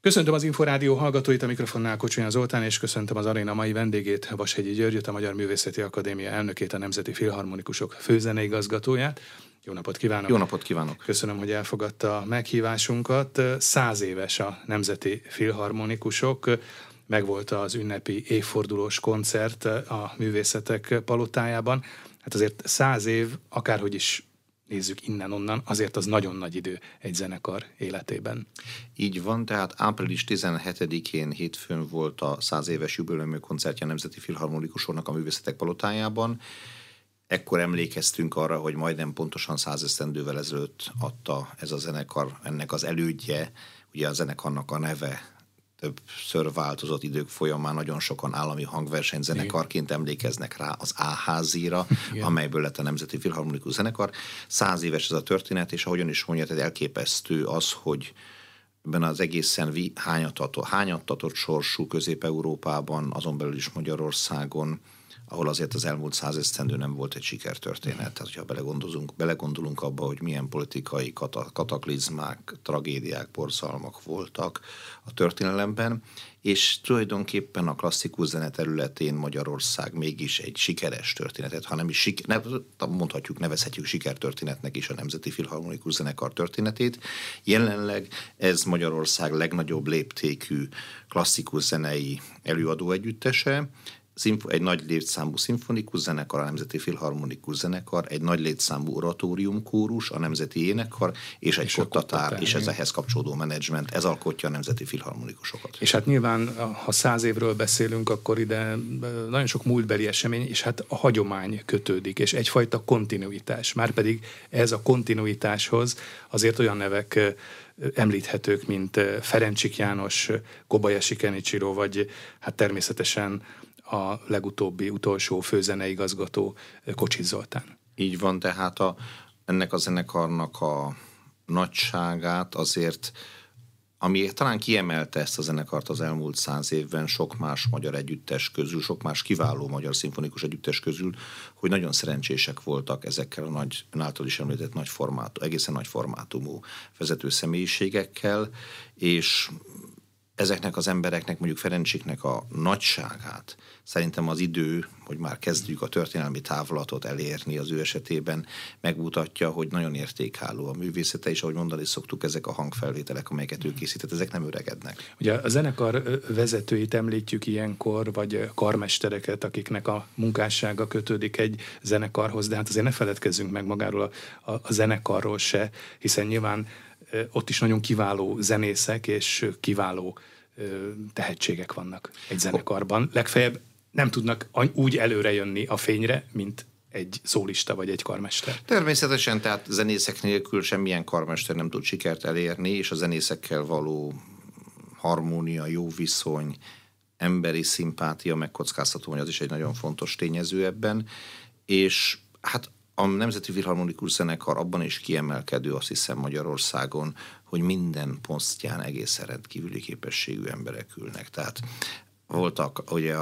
Köszöntöm az Inforádió hallgatóit, a mikrofonnál Kocsonya Zoltán, és köszöntöm az aréna mai vendégét, Vashegyi Györgyöt, a Magyar Művészeti Akadémia elnökét, a Nemzeti Filharmonikusok főzeneigazgatóját. Jó napot kívánok! Jó napot kívánok! Köszönöm, hogy elfogadta a meghívásunkat. 100 éves a Nemzeti Filharmonikusok. Megvolt az ünnepi évfordulós koncert a Művészetek Palotájában. Hát azért 100 év, akárhogy is nézzük innen-onnan, azért az nagyon nagy idő egy zenekar életében. Így van, tehát április 17-én hétfőn volt a 100 éves jubileumi koncertje a Nemzeti Filharmonikusoknak a Művészetek Palotájában. Ekkor emlékeztünk arra, hogy majdnem pontosan 100 esztendővel ezelőtt adta ez a zenekar, ennek az elődje, ugye a zenekarnak a neve többször változott idők folyamán, nagyon sokan állami hangversenyzenekarként emlékeznek rá az AHZ-ra, amelyből lett a Nemzeti Filharmonikus Zenekar. 100 éves ez a történet, és ahogyan is mondja, tehát elképesztő az, hogy ebben az egészen hányattatott sorsú Közép-Európában, azon belül is Magyarországon, ahol azért az elmúlt 100 esztendő nem volt egy sikertörténet. Tehát, hogyha belegondolunk abba, hogy milyen politikai kataklizmák, tragédiák, borzalmak voltak a történelemben, és tulajdonképpen a klasszikus zene területén Magyarország mégis egy sikeres történetet, ha nem is mondhatjuk, nevezhetjük sikertörténetnek is a Nemzeti Filharmonikus Zenekar történetét. Jelenleg ez Magyarország legnagyobb léptékű klasszikus zenei előadó együttese, egy nagy létszámú szimfonikus zenekar, a Nemzeti Filharmonikus Zenekar, egy nagy létszámú oratóriumkórus, a Nemzeti Énekkar, és egy kottatár, és ez ehhez kapcsolódó menedzsment, ez alkotja a Nemzeti Filharmonikusokat. És hát nyilván, ha 100 évről beszélünk, akkor ide nagyon sok múltbeli esemény, és hát a hagyomány kötődik, és egyfajta kontinuitás. Márpedig ez a kontinuitáshoz azért olyan nevek említhetők, mint Ferencsik János, Kobayashi Kenichiro, vagy hát természetesen a legutóbbi, utolsó főzeneigazgató, Kocsis Zoltán. Így van, tehát ennek a zenekarnak a nagyságát azért, ami talán kiemelte ezt a zenekart az elmúlt 100 évben sok más magyar együttes közül, sok más kiváló magyar szimfonikus együttes közül, hogy nagyon szerencsések voltak ezekkel a ön által is említett egészen nagy formátumú vezető személyiségekkel, és ezeknek az embereknek, mondjuk Ferencsiknek a nagyságát, szerintem az idő, hogy már kezdjük a történelmi távlatot elérni az ő esetében, megmutatja, hogy nagyon értékálló a művészete, és ahogy mondani szoktuk, ezek a hangfelvételek, amelyeket ő készített, ezek nem öregednek. Ugye a zenekar vezetőit említjük ilyenkor, vagy karmestereket, akiknek a munkássága kötődik egy zenekarhoz, de hát azért ne feledkezzünk meg magáról a zenekarról se, hiszen nyilván ott is nagyon kiváló zenészek és kiváló tehetségek vannak egy zenekarban. Legfeljebb nem tudnak úgy előre jönni a fényre, mint egy szólista vagy egy karmester. Természetesen, tehát zenészek nélkül semmilyen karmester nem tud sikert elérni, és a zenészekkel való harmónia, jó viszony, emberi szimpátia, megkockáztató, hogy az is egy nagyon fontos tényező ebben, és hát a Nemzeti Filharmonikus Zenekar abban is kiemelkedő, azt hiszem Magyarországon, hogy minden posztján egészen rendkívüli képességű emberek ülnek. Tehát voltak ugye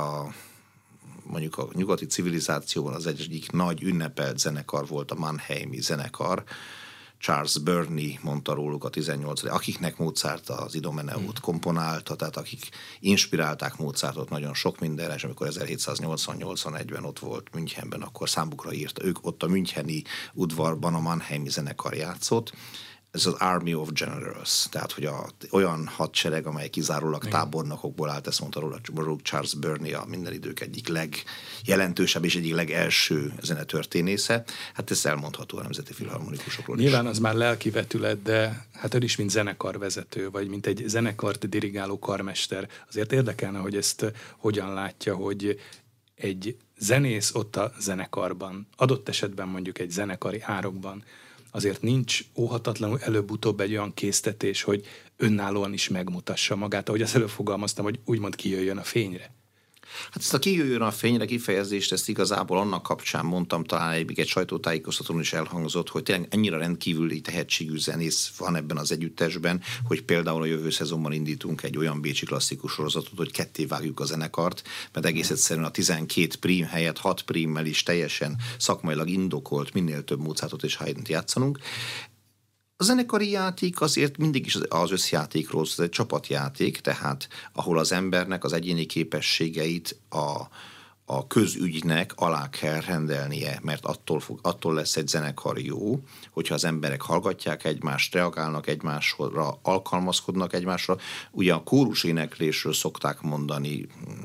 mondjuk a nyugati civilizációban az egyik nagy ünnepelt zenekar volt a Mannheimi zenekar, Charles Burney mondta róluk a 18. akiknek Mozart az Idomeneót komponálta, tehát akik inspirálták Mozartot nagyon sok mindenre, és amikor 1780-81-ben ott volt Münchenben, akkor számukra írta, ők ott a müncheni udvarban a Mannheimi zenekar játszott. Ez az Army of Generals, tehát hogy olyan hadsereg, amely kizárólag tábornokokból állt, ezt mondta róla Charles Burney, a minden idők egyik legjelentősebb és egyik legelső zenetörténésze. Hát ez elmondható a Nemzeti Filharmonikusokról is. Nyilván az már lelki vetület, de hát ő is mint zenekarvezető, vagy mint egy zenekart dirigáló karmester. Azért érdekelne, hogy ezt hogyan látja, hogy egy zenész ott a zenekarban, adott esetben mondjuk egy zenekari árokban, azért nincs óhatatlanul előbb-utóbb egy olyan késztetés, hogy önállóan is megmutassa magát, ahogy azt előbb fogalmaztam, hogy úgymond kijöjjön a fényre. Hát ezt a kijöjjön a fényre kifejezést, ezt igazából annak kapcsán mondtam, talán egy sajtótájékoztatón is elhangzott, hogy tényleg ennyire rendkívüli tehetségű zenész van ebben az együttesben, hogy például a jövő szezonban indítunk egy olyan bécsi klasszikus sorozatot, hogy ketté vágjuk a zenekart, mert egész egyszerűen a 12 prím helyett 6 prímmel is teljesen szakmailag indokolt, minél több Mozartot és Haydnt játszanunk. A zenekari játék azért mindig is az összjátékról, ez egy csapatjáték, tehát ahol az embernek az egyéni képességeit a közügynek alá kell rendelnie, mert attól lesz egy zenekar jó, hogyha az emberek hallgatják egymást, reagálnak egymásra, alkalmazkodnak egymásra. Ugye a kórus éneklésről szokták mondani,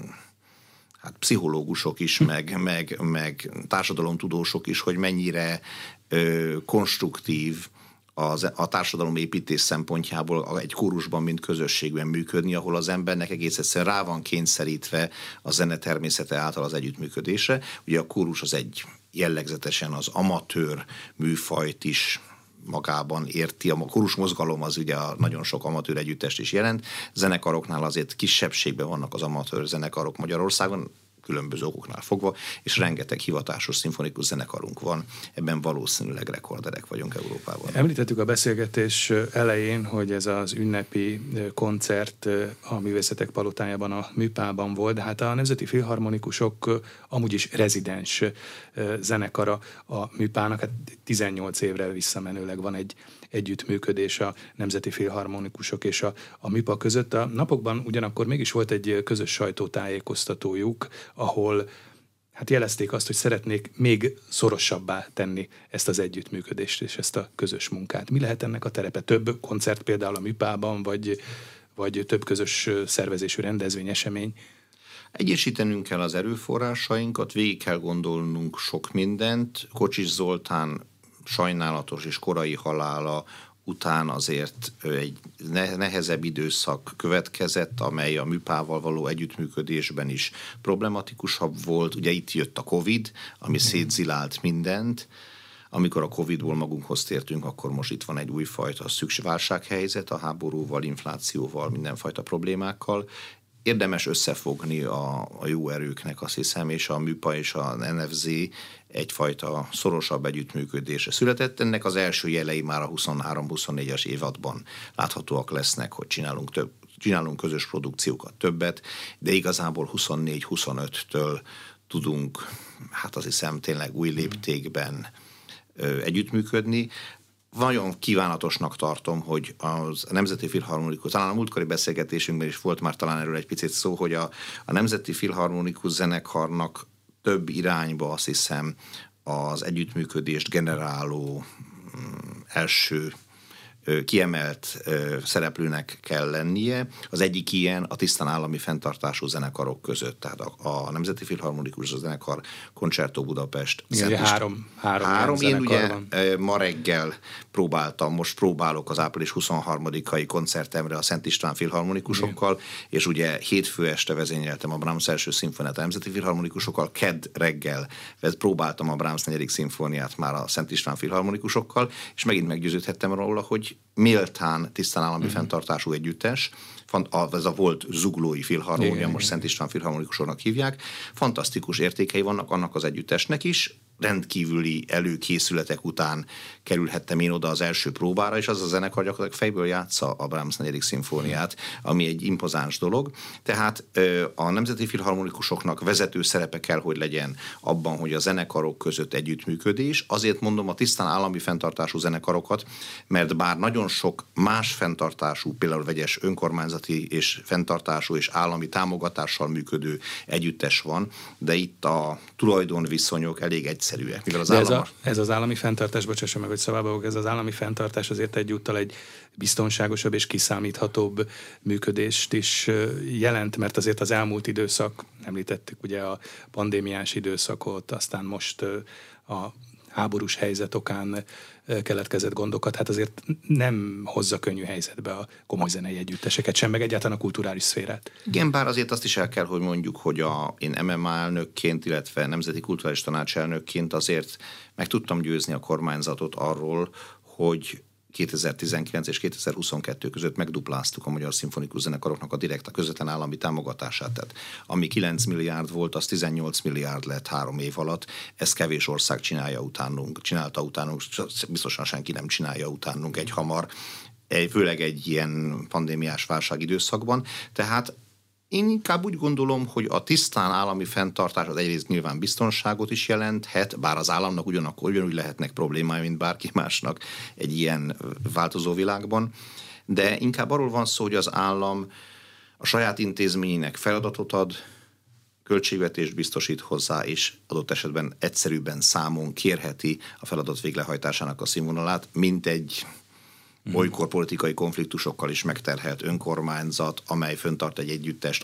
hát pszichológusok is, meg társadalomtudósok is, hogy mennyire konstruktív a társadalomépítés szempontjából egy kórusban, mint közösségben működni, ahol az embernek egész egyszerűen rá van kényszerítve a zene természete által az együttműködésre. Ugye a kórus az egy jellegzetesen az amatőr műfajt is magában érti. A kórus mozgalom az ugye nagyon sok amatőr együttest is jelent. Zenekaroknál azért kisebbségben vannak az amatőr zenekarok Magyarországon, különböző okoknál fogva, és rengeteg hivatásos szimfonikus zenekarunk van. Ebben valószínűleg rekorderek vagyunk Európában. Említettük a beszélgetés elején, hogy ez az ünnepi koncert a Művészetek Palotájában, a Műpában volt, de hát a Nemzeti Filharmonikusok amúgy is rezidens zenekara a Műpának, hát 18 évre visszamenőleg van egy együttműködés a Nemzeti Filharmonikusok és a Műpa között. A napokban ugyanakkor mégis volt egy közös sajtótájékoztatójuk, ahol hát jelezték azt, hogy szeretnék még szorosabbá tenni ezt az együttműködést és ezt a közös munkát. Mi lehet ennek a terepe? Több koncert például a Műpában, vagy több közös szervezésű rendezvény, esemény? Egyesítenünk kell az erőforrásainkat, végig kell gondolnunk sok mindent. Kocsis Zoltán sajnálatos és korai halála után azért egy nehezebb időszak következett, amely a Műpával való együttműködésben is problematikusabb volt. Ugye itt jött a Covid, ami szétzilált mindent. Amikor a Covidból magunkhoz tértünk, akkor most itt van egy újfajta válsághelyzet a háborúval, inflációval, mindenfajta problémákkal. Érdemes összefogni a jó erőknek, azt hiszem, és a Műpa és a NFZ egyfajta szorosabb együttműködésre született. Ennek az első jelei már a 23-24-es évadban láthatóak lesznek, hogy csinálunk közös produkciókat többet, de igazából 24-25-től tudunk, hát azt hiszem tényleg új léptékben együttműködni. Nagyon kívánatosnak tartom, hogy a Nemzeti Filharmonikus, talán a múltkori beszélgetésünkben is volt már talán erről egy picit szó, hogy a Nemzeti Filharmonikus zenekarnak több irányba, azt hiszem, az együttműködést generáló első kiemelt szereplőnek kell lennie. Az egyik ilyen a tisztán állami fenntartású zenekarok között, tehát a Nemzeti Filharmonikus zenekar, Concerto Budapest. Igen, három Én ugye van. Ma reggel most próbálok az április 23-ai koncertemre a Szent István Filharmonikusokkal, igen. És ugye hétfő este vezényeltem a Brahms első szimfóniát a Nemzeti Filharmonikusokkal, kedd reggel próbáltam a Brahms 4. szimfóniát már a Szent István Filharmonikusokkal, és megint meggyőződhettem róla, hogy méltán tisztán állami fenntartású együttes, ez a volt Zuglói Filharmónia, most Szent István Filharmonikusoknak hívják, fantasztikus értékei vannak annak az együttesnek is, rendkívüli előkészületek után kerülhettem én oda az első próbára, és az a zenekar gyakorlatilag fejből játsza a Brahms 4. szimfóniát, ami egy impozáns dolog. Tehát a Nemzeti Filharmonikusoknak vezető szerepe kell, hogy legyen abban, hogy a zenekarok között együttműködés. Azért mondom a tisztán állami fenntartású zenekarokat, mert bár nagyon sok más fenntartású, például vegyes önkormányzati és fenntartású és állami támogatással működő együttes van, de itt a tulajdonviszonyok elég egyszerűek. Mivel az ez az állami fenntartás, bocsássa meg, hogy szabába, ez az állami fenntartás azért egyúttal egy biztonságosabb és kiszámíthatóbb működést is jelent, mert azért az elmúlt időszak, említettük ugye a pandémiás időszakot, aztán most a háborús helyzet okán keletkezett gondokat, hát azért nem hozza könnyű helyzetbe a komoly zenei együtteseket sem, meg egyáltalán a kulturális szférát. Igen, bár azért azt is el kell, hogy mondjuk, hogy én MMA elnökként, illetve Nemzeti Kulturális Tanács elnökként azért meg tudtam győzni a kormányzatot arról, hogy 2019 és 2022 között megdupláztuk a magyar szimfonikus zenekaroknak a direkt, a közvetlen állami támogatását. Tehát ami 9 milliárd volt, az 18 milliárd lett 3 év alatt. Ezt kevés ország csinálta utánunk, biztosan senki nem csinálja utánunk egy hamar, főleg egy ilyen pandémiás válságidőszakban. Tehát Én inkább úgy gondolom, hogy a tisztán állami fenntartás az egyrészt nyilván biztonságot is jelenthet, bár az államnak ugyanúgy lehetnek problémái, mint bárki másnak egy ilyen változó világban, de inkább arról van szó, hogy az állam a saját intézményének feladatot ad, költségvetést biztosít hozzá, és adott esetben egyszerűbben számon kérheti a feladat végrehajtásának a színvonalát, mint egy olykor politikai konfliktusokkal is megterhelt önkormányzat, amely föntart egy együttest,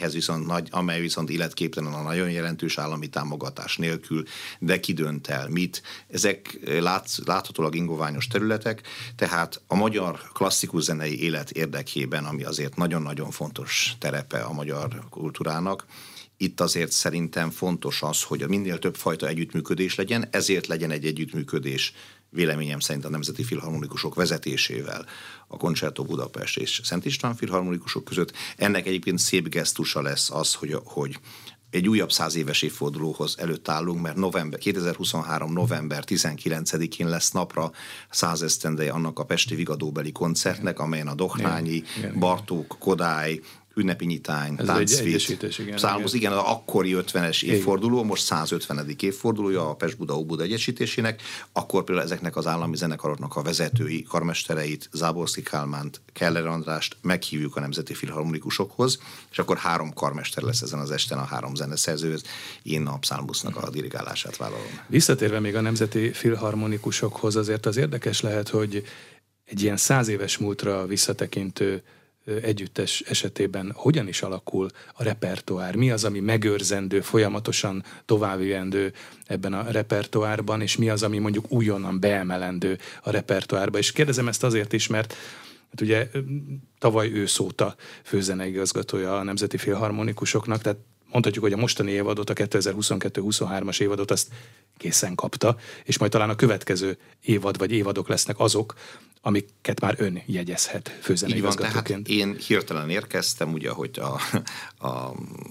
amely viszont életképtelen a nagyon jelentős állami támogatás nélkül, de ki dönt el mit. Ezek láthatólag ingoványos területek, tehát a magyar klasszikus zenei élet érdekében, ami azért nagyon-nagyon fontos terepe a magyar kultúrának, itt azért szerintem fontos az, hogy minél több fajta együttműködés legyen, ezért legyen egy együttműködés véleményem szerint a Nemzeti Filharmonikusok vezetésével a Concerto Budapest és Szent István Filharmonikusok között. Ennek egyébként szép gesztusa lesz az, hogy egy újabb 100 éves évfordulóhoz előtt állunk, mert 2023. november 19-én lesz napra 100 esztendeje annak a pesti Vigadóbeli koncertnek, amelyen a Dohnányi, Bartók, Kodály, ünnepi nyitány, táncvit, számos, igen, az akkori 50-es évforduló, most 150. évfordulója a Pest-Buda-Óbuda egyesítésének, akkor például ezeknek az állami zenekaroknak a vezetői, karmestereit, Záborszky Kálmánt, Keller Andrást meghívjuk a Nemzeti Filharmonikusokhoz, és akkor 3 karmester lesz ezen az esten, a 3 zeneszerzőhöz. Én a Psalmusnak a dirigálását vállalom. Visszatérve még a Nemzeti Filharmonikusokhoz, azért az érdekes lehet, hogy egy ilyen 100 éves múltra visszatekintő együttes esetében hogyan is alakul a repertoár? Mi az, ami megőrzendő, folyamatosan továbbjövendő ebben a repertoárban, és mi az, ami mondjuk újonnan beemelendő a repertoárba? És kérdezem ezt azért is, mert ugye tavaly ősz óta főzeneigazgatója a Nemzeti Filharmonikusoknak, tehát mondhatjuk, hogy a mostani évadot, a 2022-23-as évadot azt készen kapta, és majd talán a következő évad vagy évadok lesznek azok, amiket már ön jegyezhet főzeneigazgatóként. Tehát én hirtelen érkeztem, ugye, hogy a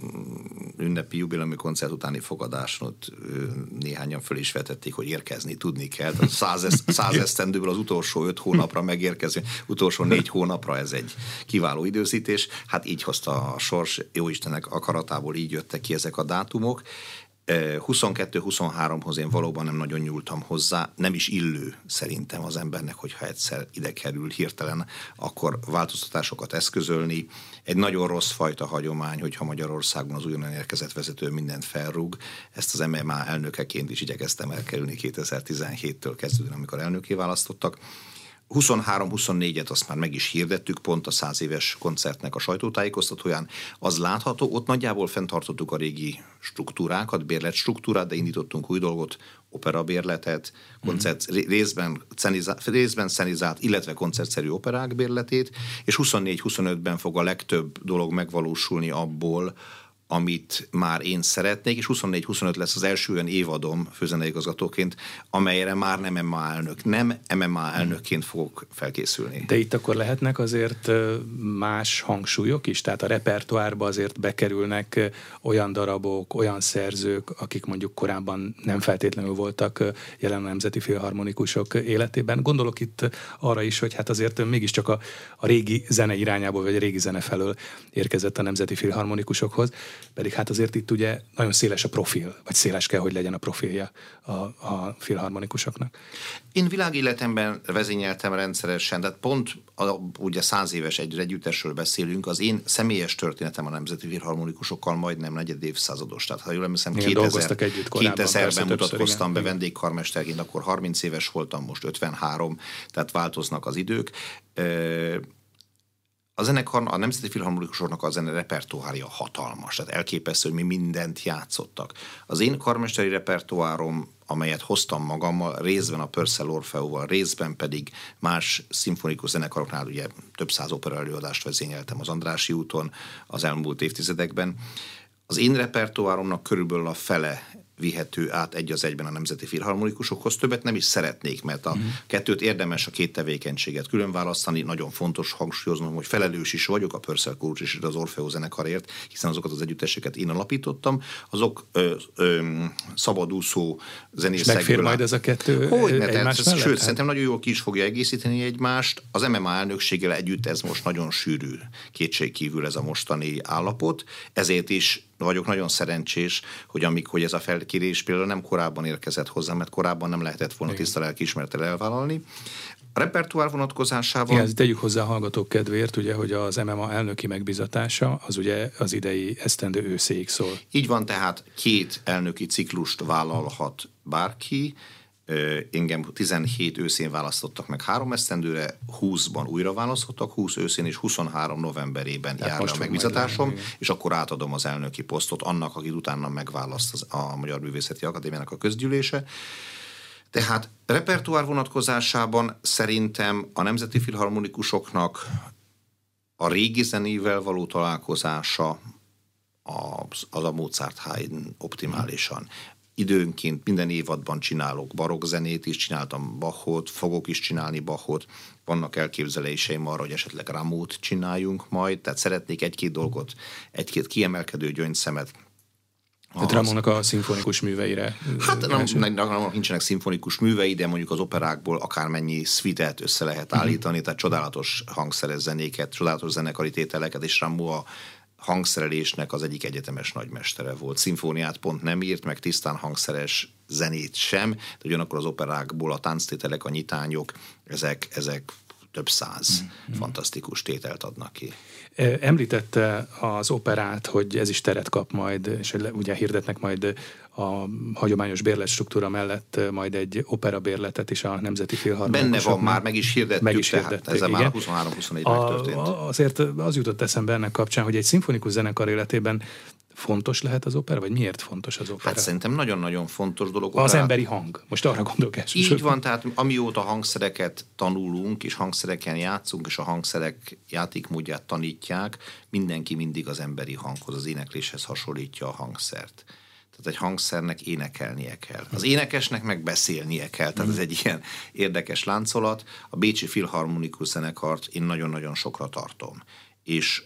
ünnepi jubileumi koncert utáni fogadáson ott néhányan föl is vetették, hogy érkezni tudni kell. 100 esztendőből az utolsó 5 hónapra megérkezni, utolsó 4 hónapra ez egy kiváló időzítés. Hát így hozta a sors, jóistenek akaratából így jöttek ki ezek a dátumok. 22-23-hoz én valóban nem nagyon nyúltam hozzá, nem is illő szerintem az embernek, hogyha egyszer ide kerül hirtelen, akkor változtatásokat eszközölni. Egy nagyon rossz fajta hagyomány, hogyha Magyarországon az újonnan érkezett vezető mindent felrúg. Ezt az MMA elnökeként is igyekeztem elkerülni 2017-től kezdődően, amikor elnöké választottak. 23-24-et azt már meg is hirdettük, pont a 100 éves koncertnek a sajtótájékoztatóján. Az látható, ott nagyjából fenntartottuk a régi bérletstruktúrát, de indítottunk új dolgot, operabérletet, részben szenizált, illetve koncertszerű operák bérletét, és 24-25-ben fog a legtöbb dolog megvalósulni abból, amit már én szeretnék, és 24-25 lesz az első olyan évadom főzeneigazgatóként, amelyre már nem MMA elnökként fogok felkészülni. De itt akkor lehetnek azért más hangsúlyok is? Tehát a repertoárba azért bekerülnek olyan darabok, olyan szerzők, akik mondjuk korábban nem feltétlenül voltak jelen a Nemzeti Filharmonikusok életében. Gondolok itt arra is, hogy hát azért mégiscsak a régi zene irányából, vagy a régi zene felől érkezett a Nemzeti Filharmonikusokhoz. Pedig hát azért itt ugye nagyon széles a profil, vagy széles kell, hogy legyen a profilja a filharmonikusoknak. Én világéletemben vezényeltem rendszeresen, tehát pont ugye 100 éves együttesről beszélünk, az én személyes történetem a Nemzeti Filharmonikusokkal majdnem negyed évszázados. Tehát ha jól emlékszem, 2000-ben mutatkoztam be vendégkarmesterként, akkor 30 éves voltam, most 53, tehát változnak az idők. A zenekar, a Nemzeti Filharmonikusoknak a zene repertoárja hatalmas, tehát elképesztő, hogy mi mindent játszottak. Az én karmesteri repertoárom, amelyet hoztam magammal, részben a Purcell Orfeóval, részben pedig más szimfonikus zenekaroknál, ugye több száz opera előadást vezényeltem az Andrássy úton az elmúlt évtizedekben. Az én repertoáromnak körülbelül a fele vihető át egy az egyben a nemzeti filharmonikusokhoz. Többet nem is szeretnék, mert a kettőt érdemes a két tevékenységet külön választani. Nagyon fontos hangsúlyoznom, hogy felelős is vagyok a Purcell Chorus és az Orfeo zenekarért, hiszen azokat az együtteseket én alapítottam. Azok szabadúszó zenészekből. És megfér majd ez a kettő egymás mellett? Sőt, szerintem nagyon jól ki is fogja egészíteni egymást. Az MMA elnökséggel együtt ez most nagyon sűrű, kétségkívül ez a mostani állapot. Ezért is vagyok nagyon szerencsés, hogy ez a felkérés például nem korábban érkezett hozzám, mert korábban nem lehetett volna tiszta lelkiismerettel elvállalni. A repertoár vonatkozásában... Igen, tegyük hozzá a hallgatók kedvéért, ugye, hogy az MMA elnöki megbizatása az ugye az idei esztendő őszéig szól. Így van, tehát 2 elnöki ciklust vállalhat bárki. Engem 17 őszén választottak meg 3 esztendőre, 20-ban újra választottak, 20 őszén és 23 novemberében jár le a megbizatásom, és akkor átadom az elnöki posztot annak, akit utána megválaszt a Magyar Művészeti Akadémiának a közgyűlése. Tehát repertoár vonatkozásában szerintem a nemzeti filharmonikusoknak a régi zenével való találkozása az a Mozart Haydn optimálisan. Időnként minden évadban csinálok barokkzenét is, csináltam Bachot, fogok is csinálni Bachot, vannak elképzeléseim arra, hogy esetleg Rameaut csináljunk majd, tehát szeretnék egy-két dolgot, egy-két kiemelkedő gyöngyszemet. Tehát Rameaunak a szimfonikus műveire. Hát nincsenek szimfonikus művei, de mondjuk az operákból akármennyi szvitet össze lehet állítani, tehát csodálatos hangszeres zenéket, csodálatos zenekari tételeket, és Rameau a hangszerelésnek az egyik egyetemes nagymestere volt. Szimfóniát pont nem írt, meg tisztán hangszeres zenét sem, de ugyanakkor az operákból a tánctételek, a nyitányok, ezek több száz fantasztikus tételt adnak ki. Említette az operát, hogy ez is teret kap majd, és ugye hirdetnek majd a hagyományos bérletstruktúra mellett majd egy operabérletet is a Nemzeti Filharmonikusoknak. Benne van már, meg is hirdettük, tehát ezzel már 23-24-ben megtörtént. Azért az jutott eszembe ennek kapcsán, hogy egy szimfonikus zenekar életében fontos lehet az opera, vagy miért fontos az opera? Hát szerintem nagyon-nagyon fontos dolog. Az emberi hang. Most arra gondolok elsősorban. Így van, tehát amióta hangszereket tanulunk, és hangszereken játszunk, és a hangszerek játékmódját tanítják, mindenki mindig az emberi hanghoz, az énekléshez hasonlítja a hangszert. Tehát egy hangszernek énekelnie kell. Az énekesnek meg beszélnie kell. Tehát ez egy ilyen érdekes láncolat. A Bécsi Filharmonikus Zenekart én nagyon-nagyon sokra tartom. És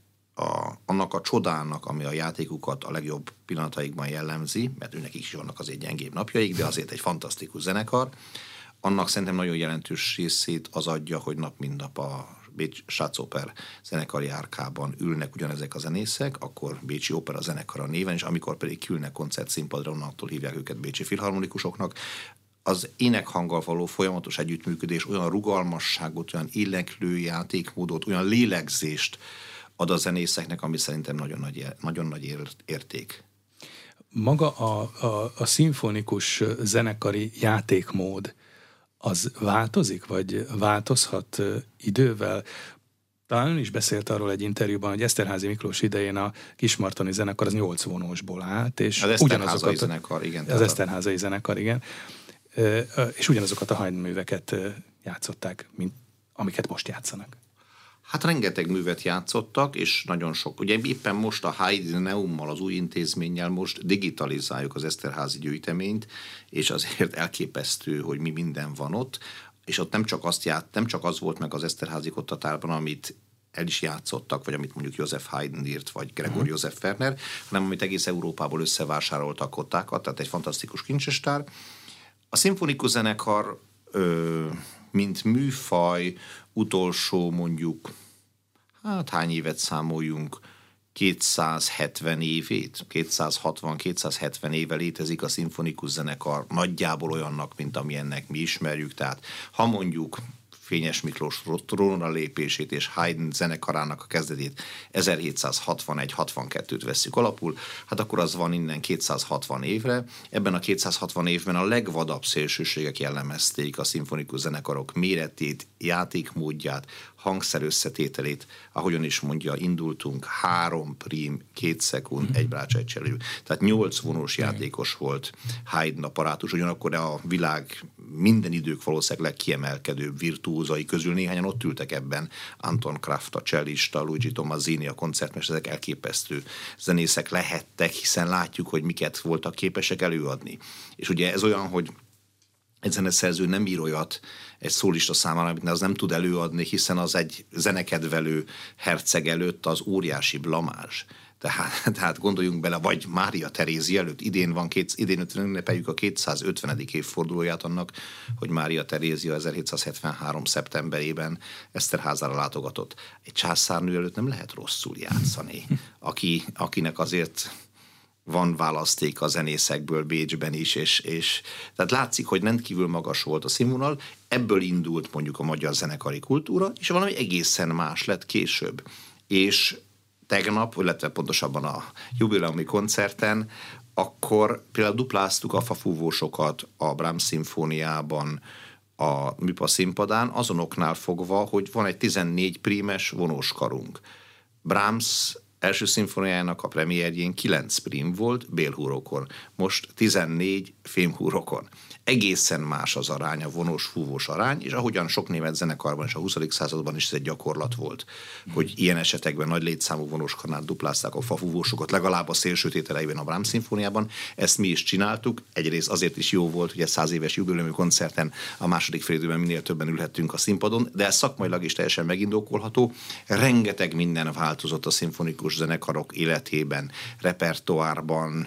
annak a csodának, ami a játékukat a legjobb pillanataikban jellemzi, mert őnek is vannak azért gyengébb napjaik, de azért egy fantasztikus zenekar, annak szerintem nagyon jelentős részét az adja, hogy nap mint nap a Staatsoper zenekari árkában ülnek ugyanezek a zenészek, akkor Bécsi Opera zenekara néven, és amikor pedig külnek koncertszínpadra, onnantól hívják őket Bécsi Filharmonikusoknak. Az énekhanggal való folyamatos együttműködés olyan rugalmasságot, olyan éneklő játékmódot, olyan lélegzést ad a zenészeknek, ami szerintem nagyon nagy érték. Maga a szimfonikus zenekari játékmód az változik, vagy változhat idővel? Talán ön is beszélt arról egy interjúban, hogy Eszterházy Miklós idején a Kismartoni zenekar az 8 vonósból állt, és az Eszterházai zenekar, igen. Az Eszterházai zenekar, igen. És ugyanazokat a Haydn műveket játszották, mint amiket most játszanak. Hát rengeteg művet játszottak, és nagyon sok. Ugye éppen most a Haydneummal, az új intézménnyel most digitalizáljuk az Eszterházy gyűjteményt, és azért elképesztő, hogy mi minden van ott, és ott nem csak az volt meg az Eszterházy kottatárban, amit el is játszottak, vagy amit mondjuk József Haydn írt, vagy Gregor József Ferner, hanem amit egész Európából összevásároltak kottákat, tehát egy fantasztikus kincsestár. A szimfonikus zenekar mint műfaj utolsó mondjuk, hát hány évet számoljunk, 270 évét, 260-270 éve létezik a szimfonikus zenekar, nagyjából olyannak, mint amilyennek mi ismerjük, tehát ha mondjuk Fényes Miklós trónra lépését és Haydn zenekarának a kezdetét 1761-62-t vesszük alapul, hát akkor az van innen 260 évre. Ebben a 260 évben a legvadabb szélsőségek jellemezték a szimfonikus zenekarok méretét, játékmódját, hangszerösszetételét, ahogyan is mondja, indultunk 3 prim, 2 szekund, 1 brács, 1 cselő. Tehát 8 vonós játékos volt Haydn apparátus, ugyanakkor a világ minden idők valószínűleg legkiemelkedőbb virtuózai közül néhányan ott ültek ebben. Anton Kraft, a cellista, Luigi Tomazzini, a koncertmester, ezek elképesztő zenészek lehettek, hiszen látjuk, hogy miket voltak képesek előadni. És ugye ez olyan, hogy egy zeneszerző nem ír olyat egy szólista számára, amit az nem tud előadni, hiszen az egy zenekedvelő herceg előtt az óriási blamázs. Tehát gondoljunk bele, vagy Mária Terézia előtt, idén ünnepeljük a 250. évfordulóját annak, hogy Mária Terézia 1773. szeptemberében Eszterházára látogatott. Egy császárnő előtt nem lehet rosszul játszani, akinek azért van választék a zenészekből Bécsben is, és tehát látszik, hogy rendkívül magas volt a színvonal, ebből indult mondjuk a magyar zenekari kultúra, és valami egészen más lett később. És tegnap, illetve pontosabban a jubileumi koncerten, akkor például dupláztuk a fafúvósokat a Brahms szimfóniában, a műpa színpadán, azonoknál fogva, hogy van egy 14 prímes vonóskarunk. Brahms első szimfóniájának a premierjén 9 prím volt bélhúrokon, most 14 fémhúrokon. Egészen más az arány, a vonós-fúvós arány, és ahogyan sok német zenekarban és a 20. században is ez egy gyakorlat volt, hogy ilyen esetekben nagy létszámú vonóskarnál duplázták a fafúvósokat, legalább a szélső tételeiben a Brahms szimfóniában. Ezt mi is csináltuk, egyrészt azért is jó volt, hogy egy 100 éves jubileumi koncerten a második félidőben minél többen ülhettünk a színpadon, de ez szakmailag is teljesen megindokolható. Rengeteg minden változott a szimfonikus zenekarok életében, repertoárban,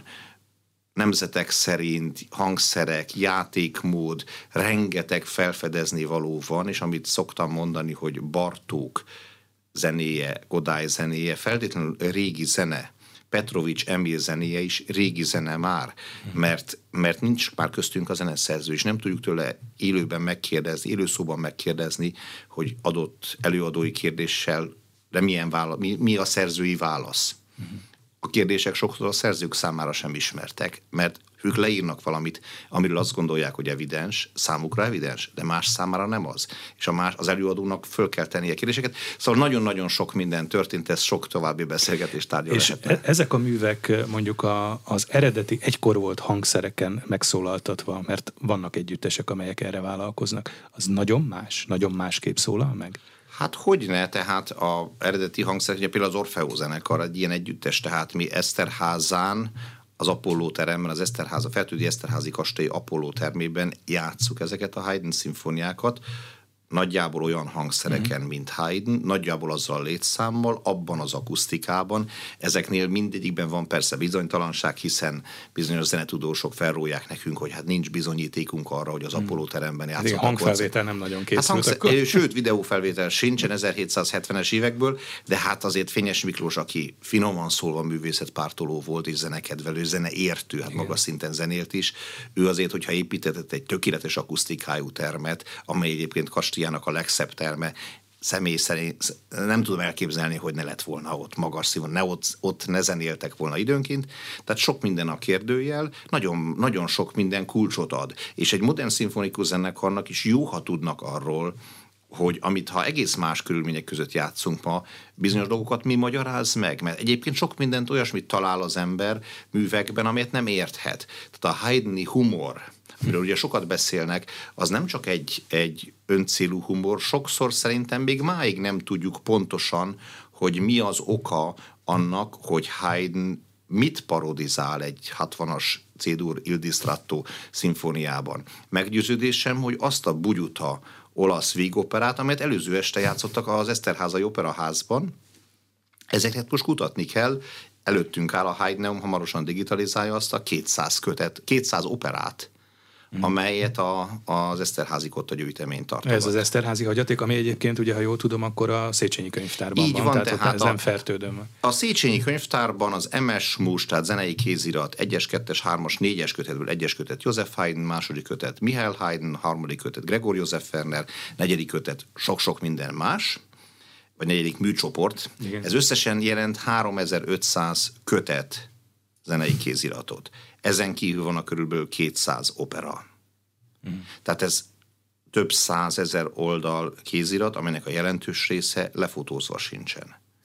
nemzetek szerint, hangszerek, játékmód, rengeteg felfedezni való van, és amit szoktam mondani, hogy Bartók zenéje, Kodály zenéje, feltétlenül régi zene, Petrovics Emil zenéje is régi zene már, mert nincs már köztünk a zeneszerző, és nem tudjuk tőle élőben megkérdezni, élőszóban megkérdezni, hogy adott előadói kérdéssel, de mi a szerzői válasz. A kérdések sokszor a szerzők számára sem ismertek, mert ők leírnak valamit, amiről azt gondolják, hogy evidens, számukra evidens, de más számára nem az. És az előadónak föl kell tennie kérdéseket. Szóval nagyon-nagyon sok minden történt, ez sok további beszélgetés tárgya lehetne. És ezek a művek mondjuk az eredeti egykor volt hangszereken megszólaltatva, mert vannak együttesek, amelyek erre vállalkoznak. Az nagyon másképp szólal meg? Hát hogyne, tehát az eredeti hangszer, ugye például az Orfeó zenekar egy ilyen együttes, tehát mi Eszterházán, az Apolló teremben, a Fertődi Eszterházi kastély Apolló termében játsszuk ezeket a Haydn szimfóniákat, nagyjából olyan hangszereken, mint Haydn, nagyjából azzal a létszámmal, abban az akusztikában. Ezeknél mindegyikben van persze bizonytalanság, hiszen bizonyos zenetudósok felrólják nekünk, hogy hát nincs bizonyítékunk arra, hogy az Apolló teremben játszottak. A hangfelvétel nem nagyon készült. Sőt, videófelvétel sincsen 1770-es évekből, de hát azért Fényes Miklós, aki finoman szólva művészetpártoló volt, és zenekedvelő, zeneértő, hát magas szinten zenélt is, ő azért, hogyha építetett egy tökéletes akusztikájú termet, amely egyébként kastélyának a legszebb terme, személy szerint nem tudom elképzelni, hogy ne lett volna ott magas színvonal, ott ne zenéltek volna időnként. Tehát sok minden a kérdőjel, nagyon, nagyon sok minden kulcsot ad. És egy modern szimfonikus zenekarnak is jó, ha tudnak arról, hogy amit ha egész más körülmények között játszunk ma, bizonyos dolgokat mi magyaráz meg, mert egyébként sok mindent olyasmit talál az ember művekben, amelyet nem érthet. Tehát a Haydni humor, amiről ugye sokat beszélnek, az nem csak egy öncélú humor, sokszor szerintem még máig nem tudjuk pontosan, hogy mi az oka annak, hogy Haydn mit parodizál egy 60-as C-dur Il Distratto szimfóniában. Meggyőződésem, hogy azt a bugyuta olasz vígoperát, amelyet előző este játszottak az Eszterházai Operaházban, ezeket most kutatni kell. Előttünk áll a Haydneum, hamarosan digitalizálja azt a 200 operát, amelyet az Eszterházi Kotta gyűjtemény tartogat. Ez az Eszterházi hagyaték, ami egyébként, ugye, ha jól tudom, akkor a Széchenyi könyvtárban így van, tehát ez nem fertődöm. A Széchenyi könyvtárban az MS Mus, tehát zenei kézirat 1-es, 2-es, 3-as, 4-es kötetből 1-es kötet József Haydn, második kötet Michael Haydn, harmadik kötet Gregor József Werner, negyedik kötet sok-sok minden más, vagy negyedik műcsoport. Igen. Ez összesen jelent 3500 kötet zenei kéziratot. Ezen kívül van a körülbelül 200 opera. Tehát ez több 100 000 oldal kézirat, aminek a jelentős része lefotózva sincsen.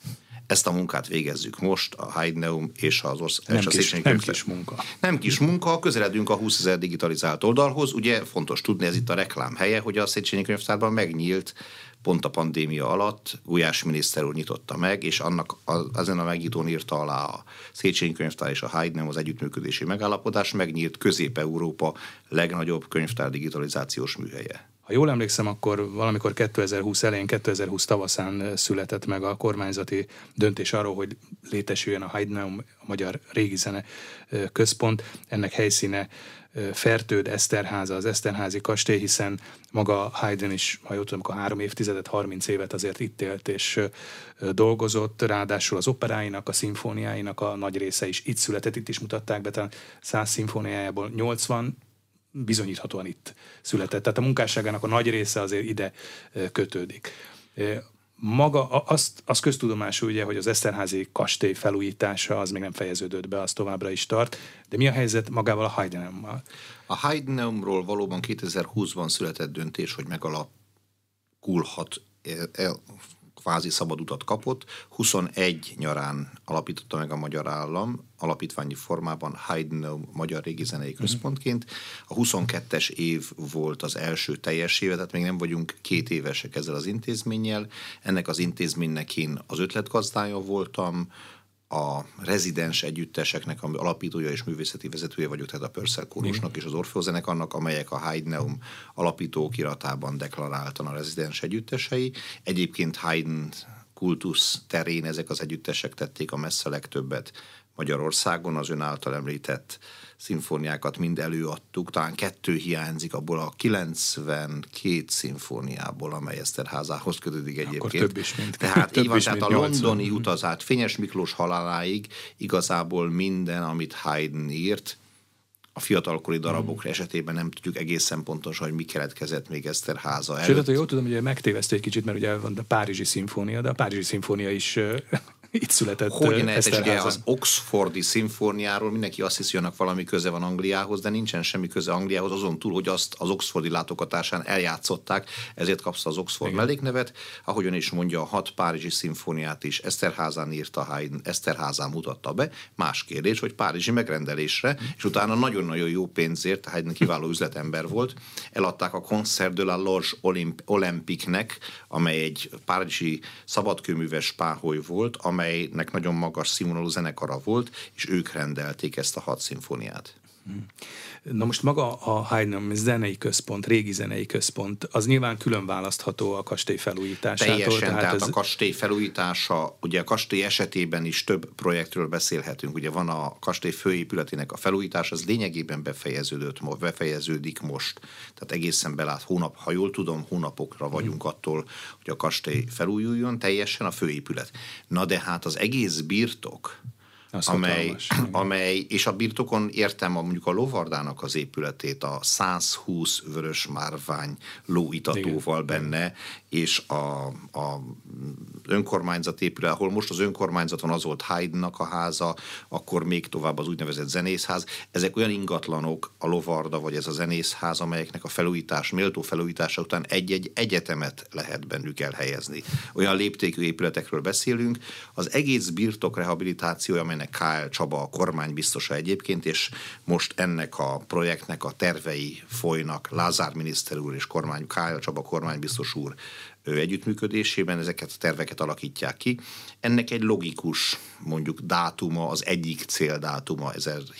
Ezt a munkát végezzük most, a Heideneum és a Széchenyi Nem kis munka. Nem kis munka, közeledünk a 20 000 digitalizált oldalhoz. Ugye fontos tudni, ez itt a reklám helye, hogy a Széchenyi Könyvtárban megnyílt pont a pandémia alatt, Gulyás miniszter úr nyitotta meg, és ezen a megnyitón írta alá a Széchenyi Könyvtár és a Heideneum az együttműködési megállapodás, megnyílt Közép-Európa legnagyobb könyvtár digitalizációs műhelye. Ha jól emlékszem, akkor valamikor 2020 elején, 2020 tavaszán született meg a kormányzati döntés arról, hogy létesüljön a Heideneum, a Magyar Régi Zene Központ. Ennek helyszíne Fertőd, Eszterháza, az Eszterházi kastély, hiszen maga Haydn is, ha jól tudom, akkor 3 évtizedet, 30 évet azért itt élt és dolgozott, ráadásul az operáinak, a szimfóniáinak a nagy része is itt született, itt is mutatták be, tehát 100 szimfóniájából 80 bizonyíthatóan itt született. Tehát a munkásságának a nagy része azért ide kötődik. Maga, az köztudomású ugye, hogy az Eszterházi kastély felújítása az még nem fejeződött be, az továbbra is tart, de mi a helyzet magával a Heideneummal? A Heideneumról valóban 2020-ban született döntés, hogy megalakulhat, kvázi szabad utat kapott. 21 nyarán alapította meg a magyar állam alapítványi formában Heideneum Magyar Régi Zenei Központként. A 22-es év volt az első teljes éve, tehát még nem vagyunk 2 évesek ezzel az intézménnyel. Ennek az intézménynek én az ötletgazdája voltam, a rezidens együtteseknek, ami alapítója és művészeti vezetője vagyok, tehát a Purcell Kórusnak és az Orfeó zenekarnak, amelyek a Heideneum alapítókiratában deklaráltan a rezidens együttesei. Egyébként Haydn kultusz terén ezek az együttesek tették a messze legtöbbet Magyarországon, az ön által említett szimfóniákat mind előadtuk, talán 2 hiányzik abból a 92 szimfóniából, amely Eszterházához kötődik egyébként. Akkor több is, mint tehát több így van, is, tehát a londoni utazát, Fényes Miklós haláláig igazából minden, amit Haydn írt, a fiatalkori darabok esetében nem tudjuk egészen pontosan, hogy mi keletkezett még Eszterháza előtt. Sőt, jól tudom, hogy megtévesztő egy kicsit, mert ugye van a Párizsi szimfónia, de a Párizsi szimfónia is itt született Eszterháza. Az Oxfordi szimfóniáról mindenki azt hiszi, hogy annak valami köze van Angliához, de nincsen semmi köze Angliához, azon túl, hogy azt az Oxfordi látogatásán eljátszották, ezért kapsz az Oxford melléknevet. Ahogyan is mondja, a 6 párizsi szimfóniát is Eszterházán írta Haydn, Eszterházán mutatta be. Más kérdés, hogy párizsi megrendelésre, és utána nagyon-nagyon jó pénzért, Haydn kiváló üzletember volt, eladták a Concert de la Loge Olympique-nek, amely egy párizsi szabadkőműves páholy volt, amelynek nagyon magas színvonalú zenekara volt, és ők rendelték ezt a 6 szimfóniát. Na most maga a Heideneum zenei központ, régi zenei központ, az nyilván külön választható a kastély felújításától. Teljesen, tehát a kastély felújítása, ugye a kastély esetében is több projektről beszélhetünk. Ugye van a kastély főépületének a felújítása, az lényegében befejeződik most. Tehát egészen belát ha jól tudom, hónapokra vagyunk attól, hogy a kastély felújuljon teljesen a főépület. Na de hát az egész birtok, amely, és a birtokon értem mondjuk a Lovardának az épületét, a 120 vörös márvány lóitatóval benne, és a önkormányzat épület, ahol most az önkormányzaton az volt Haydnnak a háza, akkor még tovább az úgynevezett zenészház. Ezek olyan ingatlanok, a Lovarda vagy ez a zenészház, amelyeknek a méltó felújítása után egy-egy egyetemet lehet bennük elhelyezni. Olyan léptékű épületekről beszélünk. Az egész birtok rehabilitációja, amelynek K.L. Csaba a kormánybiztosa egyébként, és most ennek a projektnek a tervei folynak Lázár miniszter úr és K.L. Csaba kormánybiztos úr együttműködésében, ezeket a terveket alakítják ki. Ennek egy logikus, mondjuk dátuma, az egyik céldátuma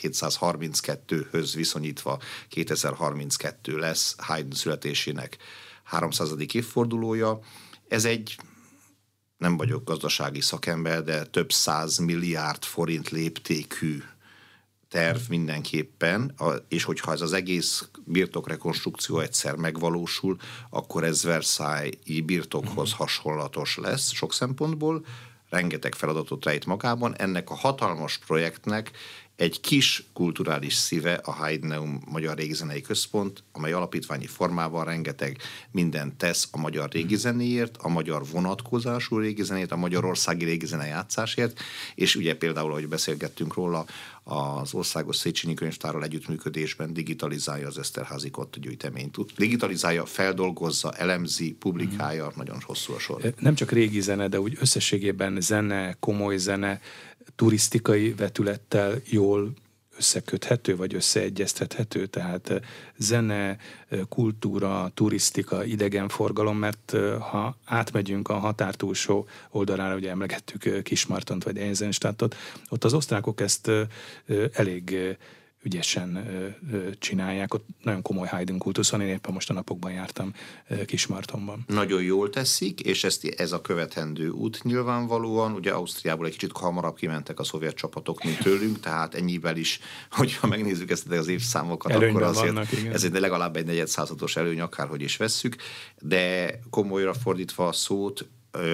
1732-höz viszonyítva 2032 lesz Haydn születésének 300. évfordulója. Ez egy, nem vagyok gazdasági szakember, de több 100 milliárd forint léptékű terv mindenképpen, és hogyha ez az egész birtokrekonstrukció egyszer megvalósul, akkor ez Versailles-i birtokhoz hasonlatos lesz sok szempontból, rengeteg feladatot rejt magában. Ennek a hatalmas projektnek egy kis kulturális szíve a Heideneum Magyar Régizenei Központ, amely alapítványi formában rengeteg mindent tesz a magyar régizenéért, a magyar vonatkozású régizenéért, a magyarországi régizene játszásért, és ugye például, ahogy beszélgettünk róla, az Országos Széchenyi Könyvtárral együttműködésben digitalizálja az Eszterházy Kotta gyűjteményt. Digitalizálja, feldolgozza, elemzi, publikálja, nagyon hosszú a sor. Nem csak régi zene, de úgy összességében zene, komoly zene, turisztikai vetülettel jól összeköthető, vagy összeegyeztethető, tehát zene, kultúra, turisztika, idegenforgalom, mert ha átmegyünk a határ túlsó oldalára, ugye emlegettük Kismartont vagy Eisenstadtot, ott az osztrákok ezt elég ügyesen csinálják, ott nagyon komoly Haydn kultusz van, én éppen most a napokban jártam Kismartonban. Nagyon jól teszik, és ez a követendő út nyilvánvalóan, ugye Ausztriából egy kicsit hamarabb kimentek a szovjet csapatok, mint tőlünk, tehát ennyivel is, hogyha megnézzük ezt az évszámokat, előnyben akkor azért vannak, ez egy legalább egy negyedszázados előny, akárhogy is vesszük, de komolyra fordítva a szót,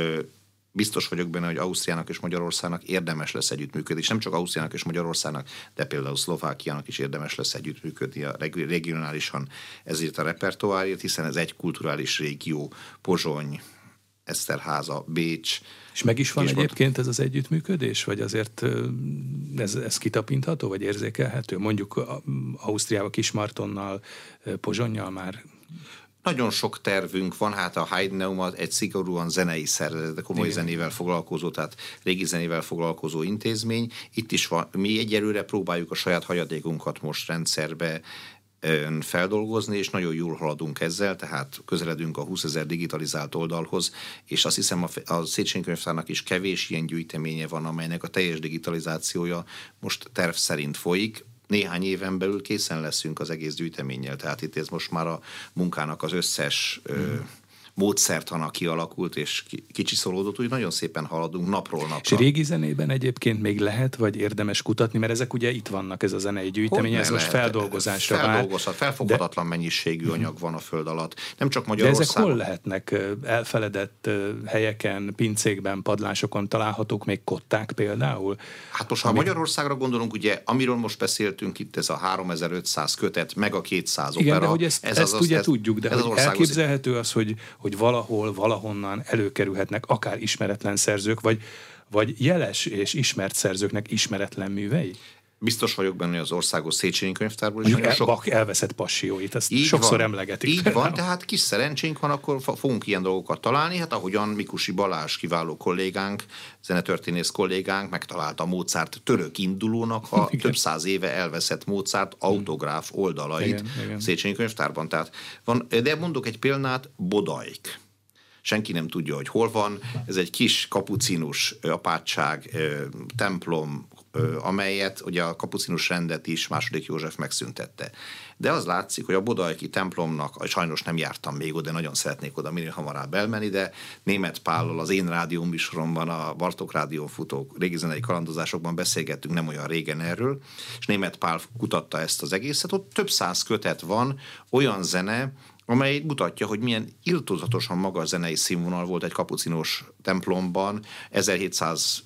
biztos vagyok benne, hogy Ausztriának és Magyarországnak érdemes lesz együttműködni, és nem csak Ausztriának és Magyarországnak, de például Szlovákiának is érdemes lesz együttműködni regionálisan ezért a repertoárért, hiszen ez egy kulturális régió, Pozsony, Eszterháza, Bécs. És meg is van egyébként ez az együttműködés, vagy azért ez kitapintható, vagy érzékelhető? Mondjuk Ausztriával, Kismartonnal, Pozsonnyal már... Nagyon sok tervünk van, hát a Heideneum egy szigorúan zenei szervezet, de komoly zenével foglalkozó, tehát régi zenével foglalkozó intézmény. Itt is van, mi egyelőre próbáljuk a saját hagyadékunkat most rendszerbe feldolgozni, és nagyon jól haladunk ezzel, tehát közeledünk a 20 000 digitalizált oldalhoz, és azt hiszem a Széchenyi Könyvtárnak is kevés ilyen gyűjteménye van, amelynek a teljes digitalizációja most terv szerint folyik. Néhány éven belül készen leszünk az egész gyűjteménnyel, tehát itt ez most már a munkának az összes módszertana kialakult, és kicsiszolódott, úgy nagyon szépen haladunk napról napra. És régi zenében egyébként még lehet, vagy érdemes kutatni, mert ezek ugye itt vannak, ez a zenei gyűjtemény, ez most feldolgozásra vár. Felfoghatatlan mennyiségű anyag van a föld alatt. Nem csak Magyarországon. De ezek hol lehetnek? Elfeledett helyeken, pincékben, padlásokon találhatók még kották például? Hát most, ha Magyarországra gondolunk, ugye, amiről most beszéltünk itt, ez a 3500 kötet, meg a 200 opera. Igen, de hogy ezt ugye tudjuk, de hogy elképzelhető az, hogy valahol, valahonnan előkerülhetnek akár ismeretlen szerzők, vagy jeles és ismert szerzőknek ismeretlen művei? Biztos vagyok benne, hogy az Országos Széchenyi Könyvtárból is nagyon sok... Bach elveszett passióit, ezt így sokszor emlegetik. Így van, tehát kis szerencsénk van, akkor fogunk ilyen dolgokat találni. Hát ahogyan Mikusi Balázs kiváló kollégánk, zenetörténész kollégánk megtalálta Mozart török indulónak a több száz éve elveszett Mozart autográf oldalait Széchenyi Könyvtárban. Tehát van, de mondok egy példát, Bodajk. Senki nem tudja, hogy hol van. Ez egy kis kapucinus apátság, templom, amelyet ugye a kapucinus rendet is II. József megszüntette. De az látszik, hogy a bodajki templomnak, sajnos nem jártam még oda, nagyon szeretnék oda minél hamarabb elmenni, de Németh Pállal az én rádió műsoromban, a Bartók Rádión futó régizenei kalandozásokban beszélgettünk nem olyan régen erről, és Németh Pál kutatta ezt az egészet. Ott több száz kötet van, olyan zene, amely mutatja, hogy milyen irtózatosan magas zenei színvonal volt egy kapucinos templomban 1760-as,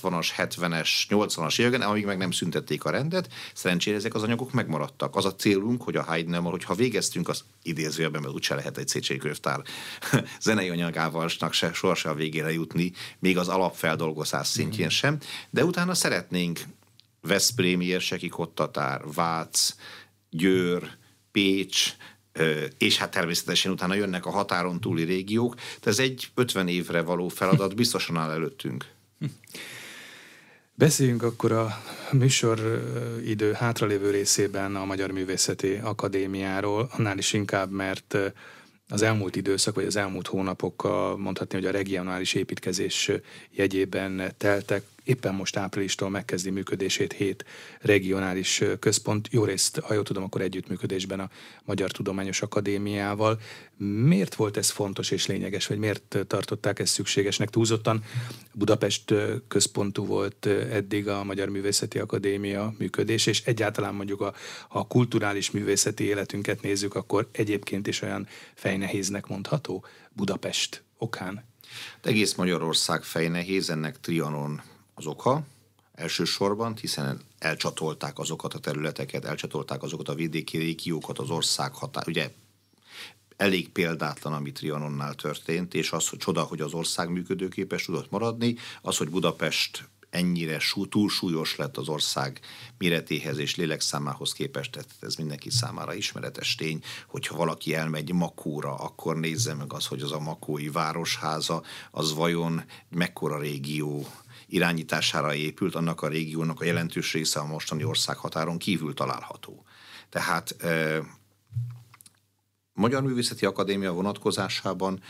70-es, 80-as években, amíg meg nem szüntették a rendet. Szerencsére ezek az anyagok megmaradtak. Az a célunk, hogy a Heideneum-mal, hogyha végeztünk, az idézőjelben, mert úgyse lehet egy Széchenyi Könyvtár zenei anyagával sohasem a végére jutni, még az alapfeldolgozás szintjén sem, de utána szeretnénk veszprémi érseki kottatár, Vác, Győr, Pécs, és hát természetesen utána jönnek a határon túli régiók, tehát ez egy 50 évre való feladat biztosan áll előttünk. Beszéljünk akkor a műsoridő hátralévő részében a Magyar Művészeti Akadémiáról, annál is inkább, mert az elmúlt időszak, vagy az elmúlt hónapok mondhatni, hogy a regionális építkezés jegyében teltek. Éppen most áprilistól megkezdi működését 7 regionális központ, jó részt, ha jól tudom, akkor együttműködésben a Magyar Tudományos Akadémiával. Miért volt ez fontos és lényeges, vagy miért tartották ezt szükségesnek? Túlzottan Budapest központú volt eddig a Magyar Művészeti Akadémia működés, és egyáltalán mondjuk ha a kulturális művészeti életünket nézzük, akkor egyébként is olyan fejnehéznek mondható Budapest okán? De egész Magyarország fejnehéz, ennek Trianon az oka. elsősorban, hiszen elcsatolták azokat a területeket, elcsatolták azokat a vidéki régiókat, az ország ugye elég példátlan, ami Trianonnál történt, és az, hogy csoda, hogy az ország működőképes tudott maradni, az, hogy Budapest ennyire túlsúlyos lett az ország méretéhez és lélekszámához képest, tehát ez mindenki számára ismeretes tény, hogyha valaki elmegy Makóra, akkor nézze meg az, hogy az a makói városháza, az vajon mekkora régió irányítására épült, annak a régiónak a jelentős része a mostani országhatáron kívül található. Tehát Magyar Művészeti Akadémia vonatkozásában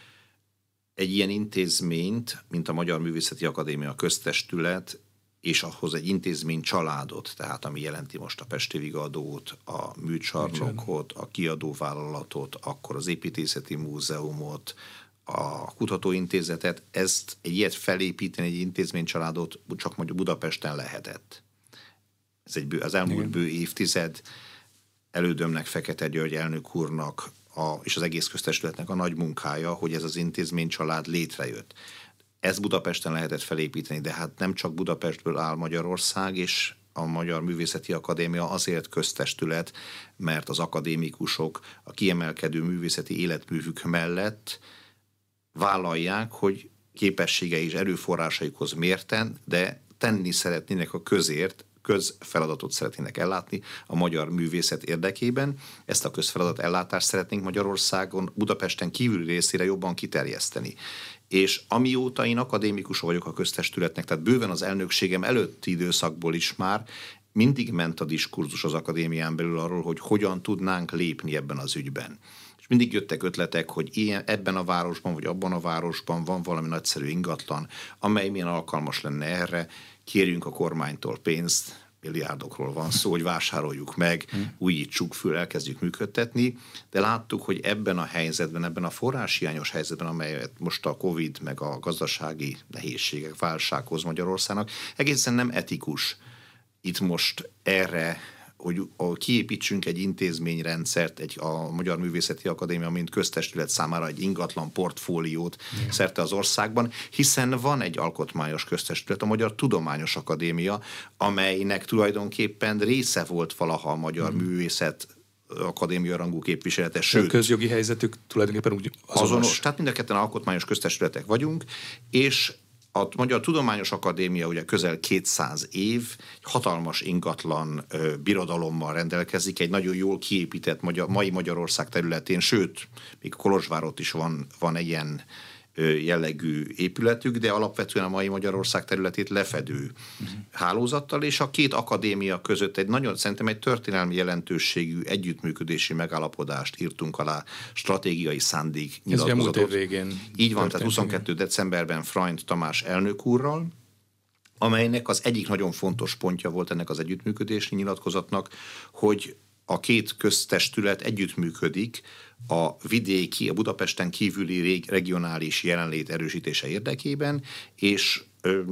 egy ilyen intézményt, mint a Magyar Művészeti Akadémia köztestület, és ahhoz egy intézmény családot, tehát ami jelenti most a Pesti Vigadót, a műcsarnokot, a kiadóvállalatot, akkor az Építészeti Múzeumot, a Kutatóintézetet, ezt egy ilyet felépíteni, egy intézménycsaládot csak mondjuk Budapesten lehetett. Ez az elmúlt bő évtized elődömnek, Fekete György elnök úrnak és az egész köztestületnek a nagy munkája, hogy ez az intézménycsalád létrejött. Ezt Budapesten lehetett felépíteni, de hát nem csak Budapestből áll Magyarország, és a Magyar Művészeti Akadémia azért köztestület, mert az akadémikusok a kiemelkedő művészeti életművük mellett vállalják, hogy képességei és erőforrásaikhoz mérten, de tenni szeretnének a közért, közfeladatot szeretnének ellátni a magyar művészet érdekében. Ezt a közfeladat ellátást szeretnénk Magyarországon, Budapesten kívüli részére jobban kiterjeszteni. És amióta én akadémikus vagyok a köztestületnek, tehát bőven az elnökségem előtti időszakból is már mindig ment a diskurzus az akadémián belül arról, hogy hogyan tudnánk lépni ebben az ügyben. És mindig jöttek ötletek, hogy ebben a városban vagy abban a városban van valami nagyszerű ingatlan, amely milyen alkalmas lenne erre, kérjünk a kormánytól pénzt, milliárdokról van szó, hogy vásároljuk meg, újítsuk föl, elkezdjük működtetni, de láttuk, hogy ebben a helyzetben, ebben a forráshiányos helyzetben, amelyet most a Covid meg a gazdasági nehézségek, válsághoz Magyarországnak, egészen nem etikus itt most erre, hogy kiépítsünk egy intézményrendszert, a Magyar Művészeti Akadémia, mint köztestület számára egy ingatlan portfóliót szerte az országban, hiszen van egy alkotmányos köztestület, a Magyar Tudományos Akadémia, amelynek tulajdonképpen része volt valaha a Magyar Művészet Akadémia rangú képviselete, sőt. A közjogi helyzetük tulajdonképpen úgy azonos. Tehát mind a ketten alkotmányos köztestületek vagyunk, és a Magyar Tudományos Akadémia ugye közel 200 év, egy hatalmas ingatlan birodalommal rendelkezik, egy nagyon jól kiépített mai Magyarország területén, sőt, még Kolozsvárott is van egy ilyen jellegű épületük, de alapvetően a mai Magyarország területét lefedő hálózattal, és a két akadémia között szerintem egy történelmi jelentőségű együttműködési megállapodást írtunk alá, stratégiai szándék nyilatkozatot. Ez múlt év végén. Így van, tehát 22. decemberben Freund Tamás elnök úrral, amelynek az egyik nagyon fontos pontja volt ennek az együttműködési nyilatkozatnak, hogy a két köztestület együttműködik a vidéki, a Budapesten kívüli regionális jelenlét erősítése érdekében, és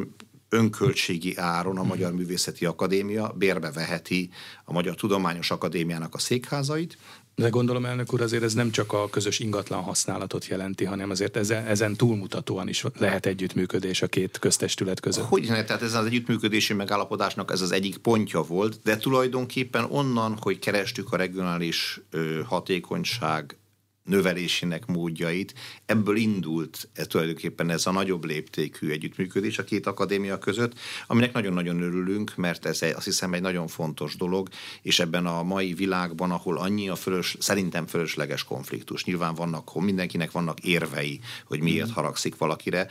önköltségi áron a Magyar Művészeti Akadémia bérbe veheti a Magyar Tudományos Akadémiának a székházait. De gondolom, elnök úr, azért ez nem csak a közös ingatlan használatot jelenti, hanem azért ezen túlmutatóan is lehet együttműködés a két köztestület között. Hogyne, tehát ez az együttműködési megállapodásnak ez az egyik pontja volt, de tulajdonképpen onnan, hogy kerestük a regionális hatékonyság növelésének módjait, ebből indult tulajdonképpen ez a nagyobb léptékű együttműködés a két akadémia között, aminek nagyon-nagyon örülünk, mert ez azt hiszem egy nagyon fontos dolog, és ebben a mai világban, ahol annyi szerintem fölösleges konfliktus, nyilván mindenkinek vannak érvei, hogy miért haragszik valakire,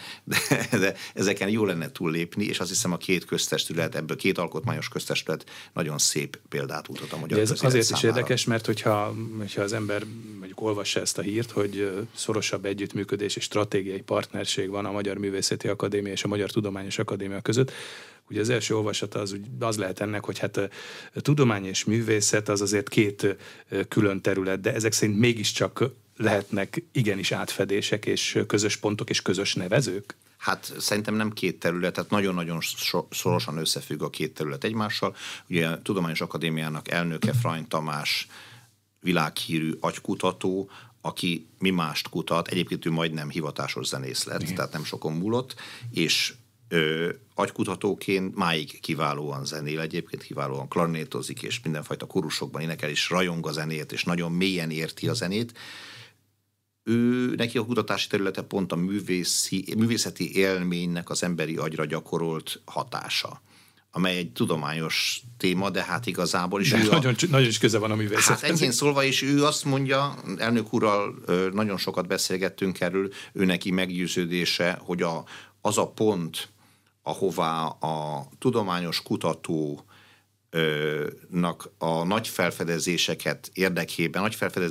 de ezeken jó lenne túllépni, és azt hiszem a két köztestület, ebből két alkotmányos köztestület nagyon szép példát mutat a magyar közélet számára. Ez azért is érdekes, mert hogyha az ember mondjuk olvassa ezt a hírt, hogy szorosabb együttműködés és stratégiai partnerség van a Magyar Művészeti Akadémia és a Magyar Tudományos Akadémia között. Ugye az első olvasata az lehet ennek, hogy hát a tudomány és művészet az azért két külön terület, de ezek szerint mégiscsak lehetnek igenis átfedések és közös pontok és közös nevezők? Hát szerintem nem két terület, tehát nagyon-nagyon szorosan összefügg a két terület egymással. Ugye a Tudományos Akadémiának elnöke Freund Tamás világhírű agykutató, aki mi mást kutat, egyébként ő majdnem hivatásos zenész lett, tehát nem sokon múlott, és agykutatóként máig kiválóan zenél, egyébként kiválóan klarinétozik, és mindenfajta kórusokban énekel, és rajong a zenét, és nagyon mélyen érti a zenét. Neki a kutatási területe pont a művészeti élménynek az emberi agyra gyakorolt hatása, amely egy tudományos téma, de hát igazából is... Nagyon is köze van a művészethez. Hát enyhén szólva, és ő azt mondja, elnök úrral nagyon sokat beszélgettünk erről, ő neki meggyőződése, hogy az a pont, ahová a tudományos kutatónak a nagy felfedezéseket érdekében,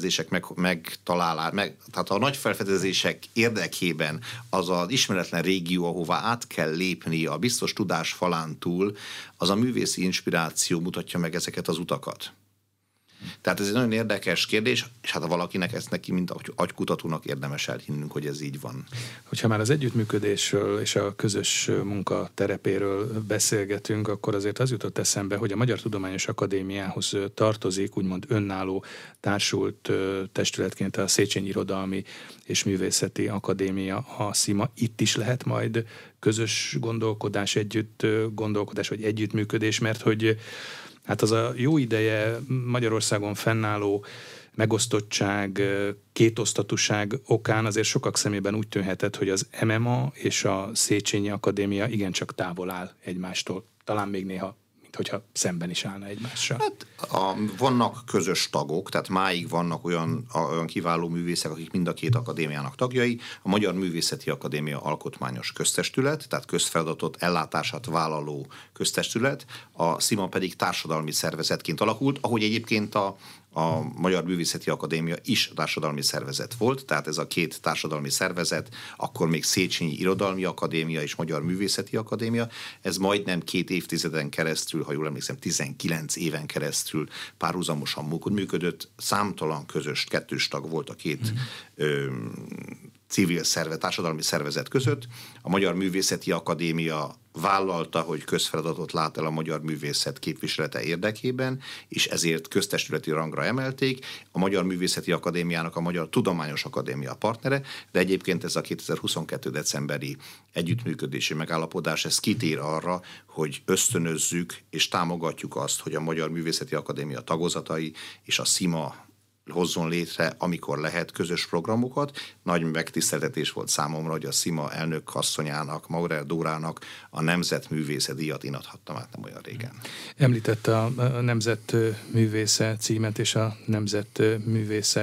tehát a nagy felfedezések érdekében az az ismeretlen régió, ahová át kell lépni a biztos tudás falán túl, az a művészi inspiráció mutatja meg ezeket az utakat. Tehát ez egy nagyon érdekes kérdés, és hát ha valakinek ezt neki, mint agykutatónak érdemes elhinnünk, hogy ez így van. Hogyha már az együttműködésről és a közös munka terepéről beszélgetünk, akkor azért az jutott eszembe, hogy a Magyar Tudományos Akadémiához tartozik, úgymond önálló társult testületként a Széchenyi Irodalmi és Művészeti Akadémia, a SZIMA. Itt is lehet majd közös gondolkodás vagy együttműködés, mert hogy hát az a jó ideje Magyarországon fennálló megosztottság, kétosztatúság okán azért sokak szemében úgy tűnhetett, hogy az MMA és a Széchenyi Akadémia igencsak távol áll egymástól. Talán még néha, minthogyha szemben is állna egymással. Hát vannak közös tagok, tehát máig vannak olyan kiváló művészek, akik mind a két akadémiának tagjai. A Magyar Művészeti Akadémia alkotmányos köztestület, tehát közfeladatot, ellátását vállaló köztestület, a SZIMA pedig társadalmi szervezetként alakult, ahogy egyébként a Magyar Művészeti Akadémia is társadalmi szervezet volt, tehát ez a két társadalmi szervezet, akkor még Széchenyi Irodalmi Akadémia és Magyar Művészeti Akadémia, ez majdnem 2 évtizeden keresztül, ha jól emlékszem, 19 éven keresztül párhuzamosan működött, számtalan közös kettős tag volt a két civil társadalmi szervezet között. A Magyar Művészeti Akadémia vállalta, hogy közfeladatot lát el a magyar művészet képviselete érdekében, és ezért köztestületi rangra emelték. A Magyar Művészeti Akadémiának a Magyar Tudományos Akadémia partnere, de egyébként ez a 2022. decemberi együttműködési megállapodás, ez kitér arra, hogy ösztönözzük és támogatjuk azt, hogy a Magyar Művészeti Akadémia tagozatai és a SZIMA hozzon létre, amikor lehet közös programokat. Nagy megtiszteltetés volt számomra, hogy a SZIMA elnök asszonyának, Maurer Dórának a Nemzetművésze díjat én adhattam át nem olyan régen. Említette a Nemzetművésze címet és a Nemzetművésze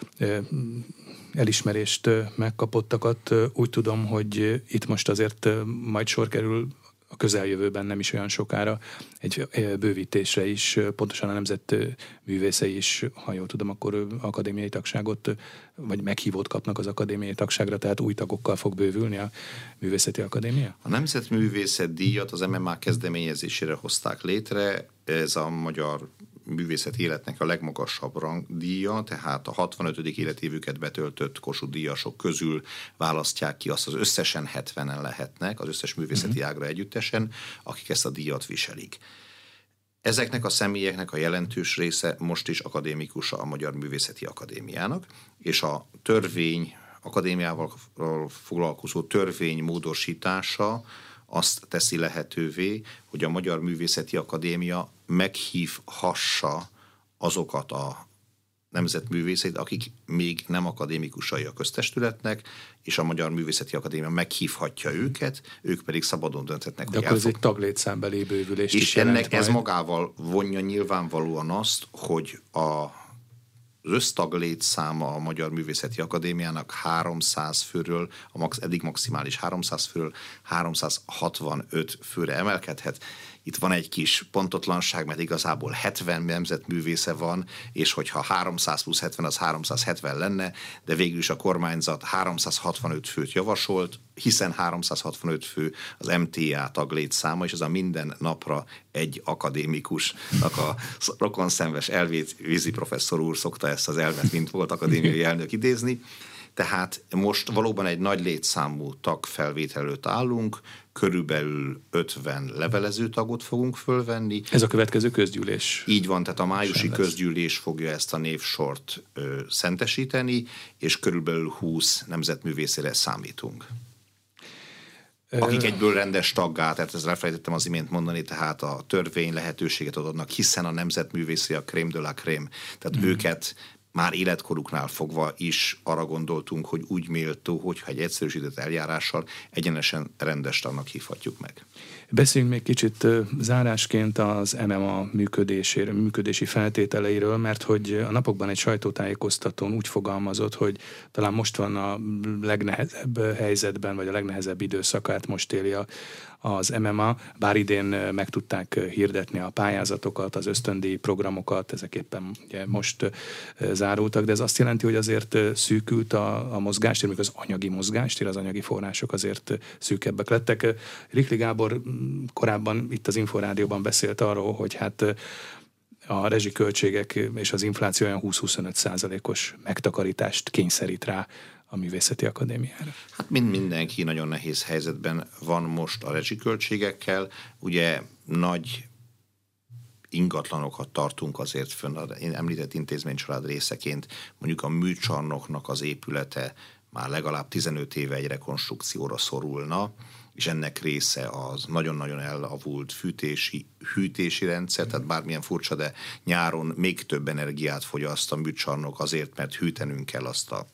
elismerést megkapottakat. Úgy tudom, hogy itt most azért majd sor kerül a közeljövőben, nem is olyan sokára, egy bővítésre is, pontosan a nemzetművészei is, ha jól tudom, akkor akadémiai tagságot, vagy meghívót kapnak az akadémiai tagságra, tehát új tagokkal fog bővülni a Művészeti Akadémia? A Nemzetművészet díjat az MMA kezdeményezésére hozták létre, ez a magyar művészeti életnek a legmagasabb rangdíja, tehát a 65. életévüket betöltött Kossuth díjasok közül választják ki, azt az összesen 70-en lehetnek, az összes művészeti ágra együttesen, akik ezt a díjat viselik. Ezeknek a személyeknek a jelentős része most is akadémikusa a Magyar Művészeti Akadémiának, és a törvény, akadémiával foglalkozó törvény módosítása azt teszi lehetővé, hogy a Magyar Művészeti Akadémia meghívhassa azokat a nemzetművészeit, akik még nem akadémikusai a köztestületnek, és a Magyar Művészeti Akadémia meghívhatja őket, ők pedig szabadon dönthetnek. De akkor ez egy taglétszámbeli bővülést és is jelent ez magával vonja nyilvánvalóan azt, hogy az össztaglétszáma a Magyar Művészeti Akadémiának 300 főről, eddig maximális 300 főről 365 főre emelkedhet. Itt van egy kis pontotlanság, mert igazából 70 nemzetművésze van, és hogyha 300 plusz 70, az 370 lenne, de végül is a kormányzat 365 főt javasolt, hiszen 365 fő az MTA taglétszáma, és ez a minden napra egy akadémikusnak a rokonszenves elvét vízi professzor úr szokta ezt az elvet, mint volt akadémiai elnök idézni. Tehát most valóban egy nagy létszámú tagfelvétel előtt állunk, körülbelül 50 levelező tagot fogunk fölvenni. Ez a következő közgyűlés. Így van, tehát a májusi közgyűlés fogja ezt a névsort szentesíteni, és körülbelül 20 nemzetművészére számítunk. akik egyből rendes taggá, tehát ezt elfelejtettem az imént mondani, tehát a törvény lehetőséget adnak, hiszen a nemzetművészi a crème de la crème, tehát őket már életkoruknál fogva is arra gondoltunk, hogy úgy méltó, hogyha egy egyszerűsített eljárással egyenesen rendes tagnak hívhatjuk meg. Beszéljünk még kicsit zárásként az MMA működési feltételeiről, mert hogy a napokban egy sajtótájékoztatón úgy fogalmazott, hogy talán most van a legnehezebb helyzetben, vagy a legnehezebb időszakát most éli az MMA, bár idén meg tudták hirdetni a pályázatokat, az ösztöndíj programokat, ezek éppen ugye most zárultak, de ez azt jelenti, hogy azért szűkült a mozgástér, még az anyagi mozgástér, az anyagi források azért szűkebbek lettek. Rikli Gábor korábban itt az Inforádióban beszélt arról, hogy hát a rezsiköltségek és az infláció olyan 20-25%-os megtakarítást kényszerít rá a Művészeti Akadémiára. Hát mindenki nagyon nehéz helyzetben van most a rezsiköltségekkel. Ugye nagy ingatlanokat tartunk azért fönn, én említett intézménycsalád részeként, mondjuk a műcsarnoknak az épülete már legalább 15 éve egy rekonstrukcióra szorulna, és ennek része az nagyon-nagyon elavult hűtési rendszer, tehát bármilyen furcsa, de nyáron még több energiát fogyaszt a műcsarnok azért, mert hűtenünk kell azt a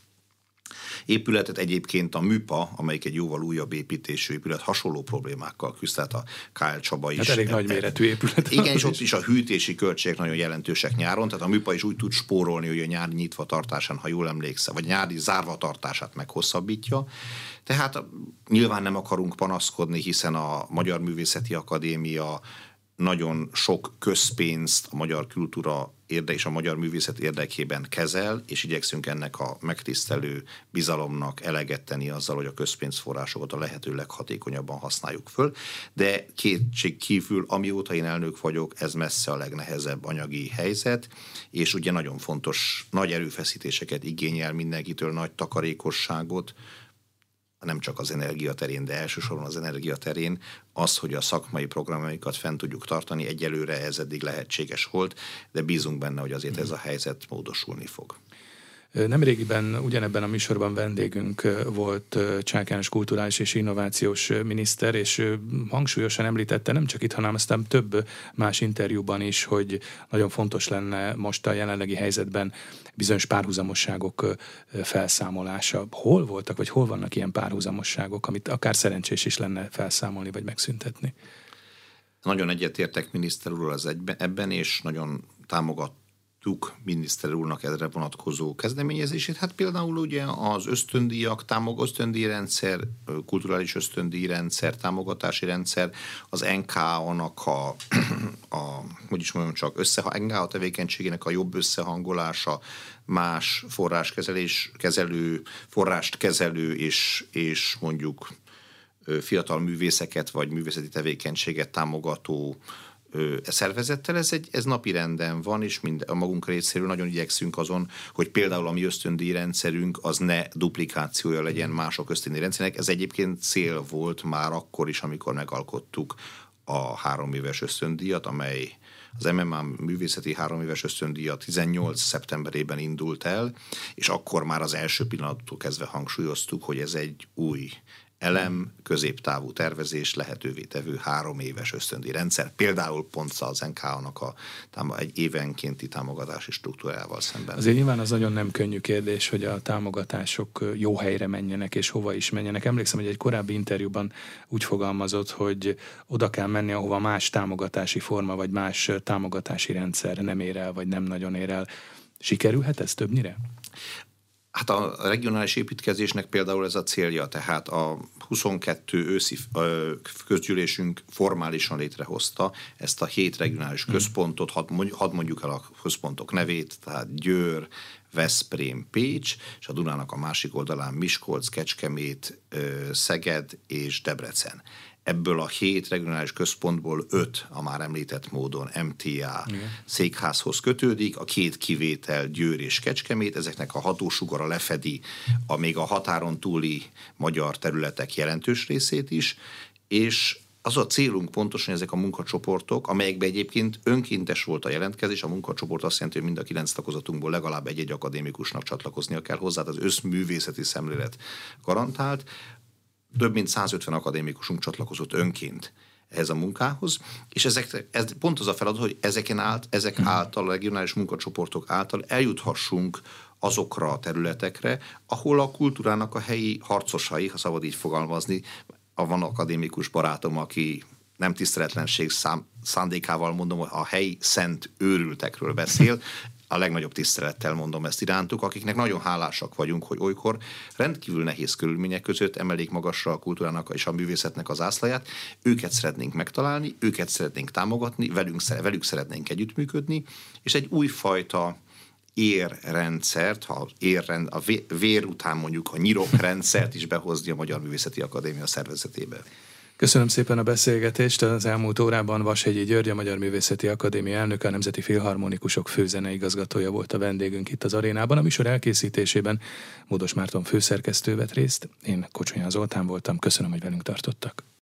épületet. Egyébként a MÜPA, amelyik egy jóval újabb építésű épület, hasonló problémákkal küzd, tehát a K.L. Csaba is. Hát elég nagyméretű épület. Igen, és ott is a hűtési költségek nagyon jelentősek nyáron, tehát a MÜPA is úgy tud spórolni, hogy a nyári nyitva tartásán, ha jól emlékszem, vagy nyári zárva tartását meghosszabbítja. Tehát nyilván nem akarunk panaszkodni, hiszen a Magyar Művészeti Akadémia nagyon sok közpénzt a magyar kultúra és a magyar művészet érdekében kezel, és igyekszünk ennek a megtisztelő bizalomnak eleget tenni azzal, hogy a közpénzforrásokat a lehető leghatékonyabban használjuk föl, de kétség kívül, amióta én elnök vagyok, ez messze a legnehezebb anyagi helyzet, és ugye nagyon fontos, nagy erőfeszítéseket igényel mindenkitől, nagy takarékosságot, nem csak az energia terén, de elsősorban az energia terén, az, hogy a szakmai programjaikat fent tudjuk tartani, egyelőre ez eddig lehetséges volt, de bízunk benne, hogy azért ez a helyzet módosulni fog. Nemrégiben ugyanebben a műsorban vendégünk volt Csák János kulturális és innovációs miniszter, és hangsúlyosan említette nem csak itt, hanem aztán több más interjúban is, hogy nagyon fontos lenne most a jelenlegi helyzetben bizonyos párhuzamosságok felszámolása. Hol voltak, vagy hol vannak ilyen párhuzamosságok, amit akár szerencsés is lenne felszámolni, vagy megszüntetni? Nagyon egyetértek miniszter úrral ebben, és nagyon támogattuk miniszter úrnak erre vonatkozó kezdeményezését. Hát például ugye az ösztöndíjak, ösztöndíjrendszer, kulturális ösztöndíjrendszer, támogatási rendszer, az NKA-nak NKA tevékenységének a jobb összehangolása, más forrást kezelő és mondjuk fiatal művészeket vagy művészeti tevékenységet támogató szervezettel, ez napi renden van, és a magunk részéről nagyon igyekszünk azon, hogy például a mi ösztöndíj rendszerünk az ne duplikációja legyen mások ösztöndíj rendszernek. Ez egyébként cél volt már akkor is, amikor megalkottuk a 3 éves ösztöndíjat, amely az MMA művészeti 3 éves ösztöndíja 18 szeptemberében indult el, és akkor már az első pillanattól kezdve hangsúlyoztuk, hogy ez egy új elem, középtávú tervezés lehetővé tevő 3 éves ösztöndíj rendszer, például pont az NK-nak egy évenkénti támogatási struktúrával szemben. Azért nyilván az nagyon nem könnyű kérdés, hogy a támogatások jó helyre menjenek, és hova is menjenek. Emlékszem, hogy egy korábbi interjúban úgy fogalmazott, hogy oda kell menni, ahova más támogatási forma, vagy más támogatási rendszer nem ér el, vagy nem nagyon ér el. Sikerülhet ez többnyire? Hát a regionális építkezésnek például ez a célja, tehát a 22 őszi közgyűlésünk formálisan létrehozta ezt a 7 regionális központot, hadd mondjuk el a központok nevét, tehát Győr, Veszprém, Pécs, és a Dunának a másik oldalán Miskolc, Kecskemét, Szeged és Debrecen. Ebből a 7 regionális központból 5 a már említett módon MTA székházhoz kötődik, a 2 kivétel Győr és Kecskemét, ezeknek a hatósugara lefedi még a határon túli magyar területek jelentős részét is, és az a célunk pontosan, hogy ezek a munkacsoportok, amelyekben egyébként önkéntes volt a jelentkezés, a munkacsoport azt jelenti, hogy mind a 9 tagozatunkból legalább egy akadémikusnak csatlakoznia kell hozzá, az összművészeti szemlélet garantált. több mint 150 akadémikusunk csatlakozott önként ehhez a munkához, és ez pont az a feladat, hogy ezek által, a regionális munkacsoportok által eljuthassunk azokra a területekre, ahol a kultúrának a helyi harcosai, ha szabad így fogalmazni, van akadémikus barátom, aki nem tiszteletlenség szándékával mondom, a helyi szent őrültekről beszél, a legnagyobb tisztelettel mondom ezt irántuk, akiknek nagyon hálásak vagyunk, hogy olykor rendkívül nehéz körülmények között emelik magasra a kultúrának és a művészetnek az zászlaját. Őket szeretnénk megtalálni, őket szeretnénk támogatni, velük szeretnénk együttműködni, és egy újfajta érrendszert, a vér után mondjuk a nyirokrendszert is behozni a Magyar Művészeti Akadémia szervezetébe. Köszönöm szépen a beszélgetést. Az elmúlt órában Vashegyi György, a Magyar Művészeti Akadémia elnöke, a Nemzeti Filharmonikusok főzeneigazgatója volt a vendégünk itt az arénában. A műsor elkészítésében Módos Márton főszerkesztő vett részt. Én Kocsonyán Zoltán voltam. Köszönöm, hogy velünk tartottak.